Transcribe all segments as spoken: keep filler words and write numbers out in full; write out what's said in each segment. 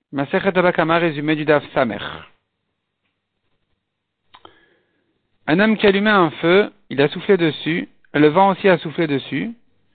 Masechet Baba Kama, résumé du Daf Samer. Un homme qui allumait un feu, il a soufflé dessus, et le vent aussi a soufflé dessus.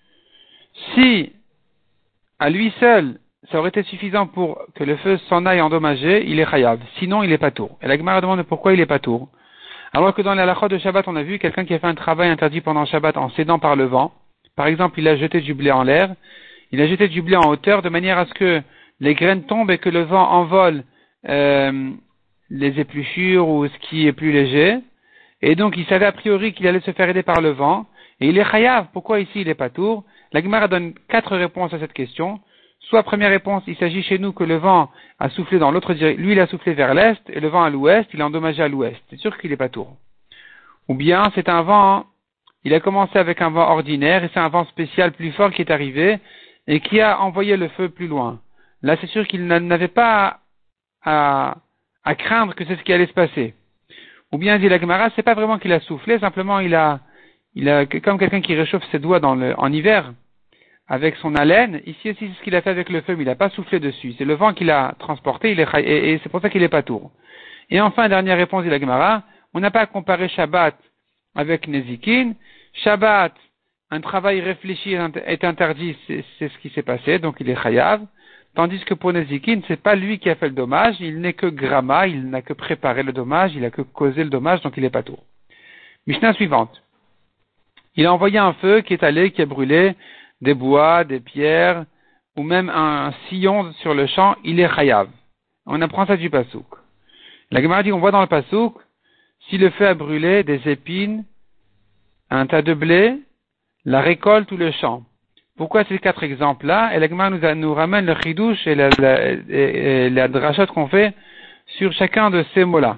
Si, à lui seul, ça aurait été suffisant pour que le feu s'en aille endommagé, il est chayav. Sinon, il est patour. Et la Gemara demande pourquoi il est patour. Alors que dans la halakha de Shabbat, on a vu quelqu'un qui a fait un travail interdit pendant Shabbat en cédant par le vent. Par exemple, il a jeté du blé en l'air. Il a jeté du blé en hauteur de manière à ce que les graines tombent et que le vent envole euh, les épluchures ou ce qui est plus léger. Et donc, il savait a priori qu'il allait se faire aider par le vent. Et il est chayav. Pourquoi ici il est patour? La Gemara donne quatre réponses à cette question. Soit, première réponse, il s'agit chez nous que le vent a soufflé dans l'autre direction. Lui, il a soufflé vers l'est et le vent à l'ouest, il a endommagé à l'ouest. C'est sûr qu'il est patour. Ou bien, c'est un vent, il a commencé avec un vent ordinaire et c'est un vent spécial plus fort qui est arrivé et qui a envoyé le feu plus loin. Là, c'est sûr qu'il n'avait pas à, à craindre que c'est ce qui allait se passer. Ou bien, dit la Gemara, c'est pas vraiment qu'il a soufflé, simplement il a, il a, comme quelqu'un qui réchauffe ses doigts dans le, en hiver, avec son haleine. Ici aussi, c'est ce qu'il a fait avec le feu, mais il n'a pas soufflé dessus. C'est le vent qui l'a transporté, il est, et, et c'est pour ça qu'il est patour. Et enfin, dernière réponse, dit la Gemara, on n'a pas à comparer Shabbat avec Nezikin. Shabbat, un travail réfléchi est interdit, c'est, c'est ce qui s'est passé, donc il est chayav. Tandis que pour Nezikin, c'est pas lui qui a fait le dommage, il n'est que grama, il n'a que préparé le dommage, il n'a que causé le dommage, donc il est patour. Mishnah suivante. Il a envoyé un feu qui est allé, qui a brûlé des bois, des pierres, ou même un sillon sur le champ, il est chayav. On apprend ça du pasouk. La Gemara dit, on voit dans le pasouk, si le feu a brûlé des épines, un tas de blé, la récolte ou le champ. Pourquoi ces quatre exemples-là? Et la Gemara nous, nous ramène le chidouche et la, la, et, et la drachat qu'on fait sur chacun de ces mots-là.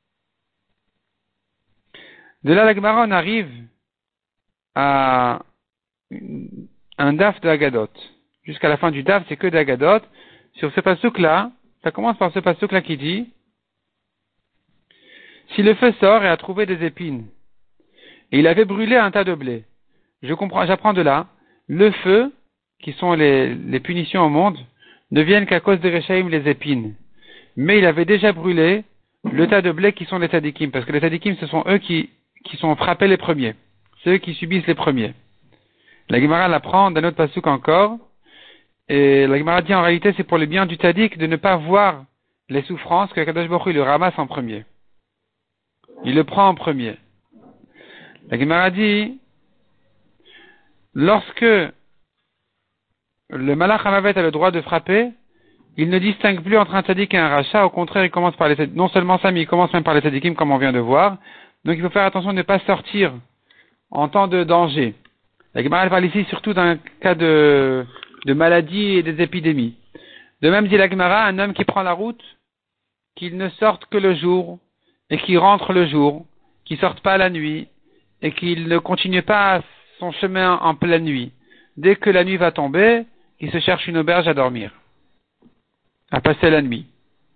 De là, la Gemara, on arrive à un daf de Agadot. Jusqu'à la fin du daf, c'est que d'Agadot. Sur ce pasouk-là, ça commence par ce pasouk-là qui dit, si le feu sort et a trouvé des épines, et il avait brûlé un tas de blé, je comprends, j'apprends de là, le feu, qui sont les, les punitions au monde, ne viennent qu'à cause des Rechaïm, les épines. Mais il avait déjà brûlé le tas de blé qui sont les Tadikim, parce que les Tadikim, ce sont eux qui, qui sont frappés les premiers. C'est eux qui subissent les premiers. La Gemara l'apprend d'un autre pasouk encore, et la Gemara dit en réalité c'est pour le bien du Tadik de ne pas voir les souffrances que Kadosh Baruch Hu le ramasse en premier. Il le prend en premier. La Gemara dit, lorsque le Malach Hamavet a le droit de frapper, il ne distingue plus entre un Tadik et un Racha, au contraire il commence par les, non seulement ça, mais il commence même par les Tadikim comme on vient de voir. Donc il faut faire attention de ne pas sortir en temps de danger. La Gemara parle ici surtout d'un cas de, de maladie et des épidémies. De même dit la Gemara, un homme qui prend la route, qu'il ne sorte que le jour, et qu'il rentre le jour, qu'il ne sorte pas la nuit, et qu'il ne continue pas son chemin en pleine nuit. Dès que la nuit va tomber, il se cherche une auberge à dormir, à passer la nuit.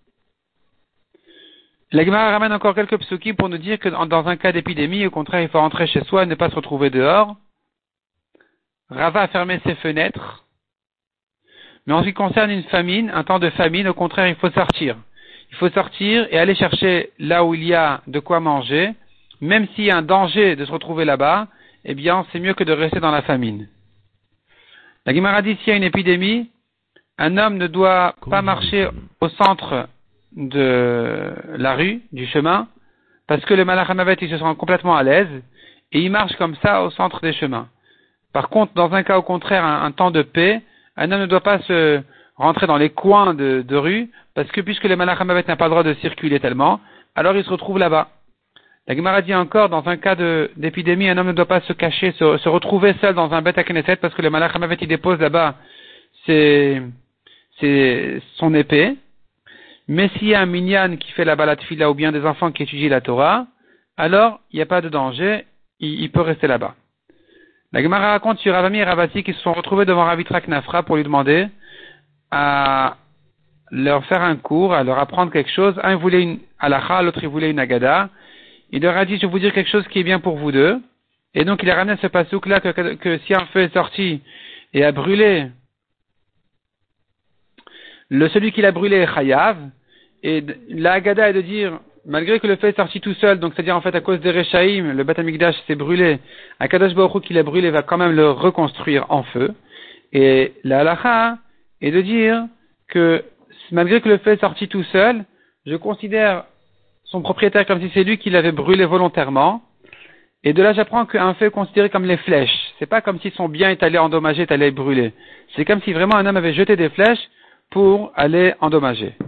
La Gemara ramène encore quelques psukim pour nous dire que dans un cas d'épidémie, au contraire, il faut rentrer chez soi et ne pas se retrouver dehors. Rava a fermé ses fenêtres. Mais en ce qui concerne une famine, un temps de famine, au contraire, il faut sortir. Il faut sortir et aller chercher là où il y a de quoi manger. Même s'il y a un danger de se retrouver là-bas, eh bien, c'est mieux que de rester dans la famine. La Gemara dit, s'il y a une épidémie, un homme ne doit pas marcher au centre de la rue, du chemin, parce que le Malach Hamavet, il se sent complètement à l'aise, et il marche comme ça au centre des chemins. Par contre, dans un cas au contraire, un, un temps de paix, un homme ne doit pas se rentrer dans les coins de, de rue, parce que puisque le Malach Hamavet n'a pas le droit de circuler tellement, alors il se retrouve là-bas. La Gemara dit encore, dans un cas de, d'épidémie, un homme ne doit pas se cacher, se, se retrouver seul dans un Beth Knesset, parce que le Malach Hamavet, il dépose là-bas ses, ses, son épée. Mais s'il y a un minyan qui fait là-bas la tefila ou bien des enfants qui étudient la Torah, alors il n'y a pas de danger, il, il peut rester là-bas. La Gemara raconte sur Ravami et Ravasi qui se sont retrouvés devant Ravitrak Nafra pour lui demander à leur faire un cours, à leur apprendre quelque chose. Un voulait une halakha, l'autre il voulait une agada. Il leur a dit, je vais vous dire quelque chose qui est bien pour vous deux. Et donc il a ramené ce pasouk-là que, que, que si un feu est sorti et a brûlé le celui qui l'a brûlé est chayav, et la Haggadah est de dire, malgré que le feu est sorti tout seul, donc c'est-à-dire en fait à cause des Rechaïm, le Beth Amikdash s'est brûlé, Akadosh Baruch Hu qui l'a brûlé va quand même le reconstruire en feu, et la halacha est de dire que malgré que le feu est sorti tout seul, je considère son propriétaire comme si c'est lui qui l'avait brûlé volontairement, et de là j'apprends qu'un feu est considéré comme les flèches, c'est pas comme si son bien est allé endommager, est allé brûler, c'est comme si vraiment un homme avait jeté des flèches pour aller endommager.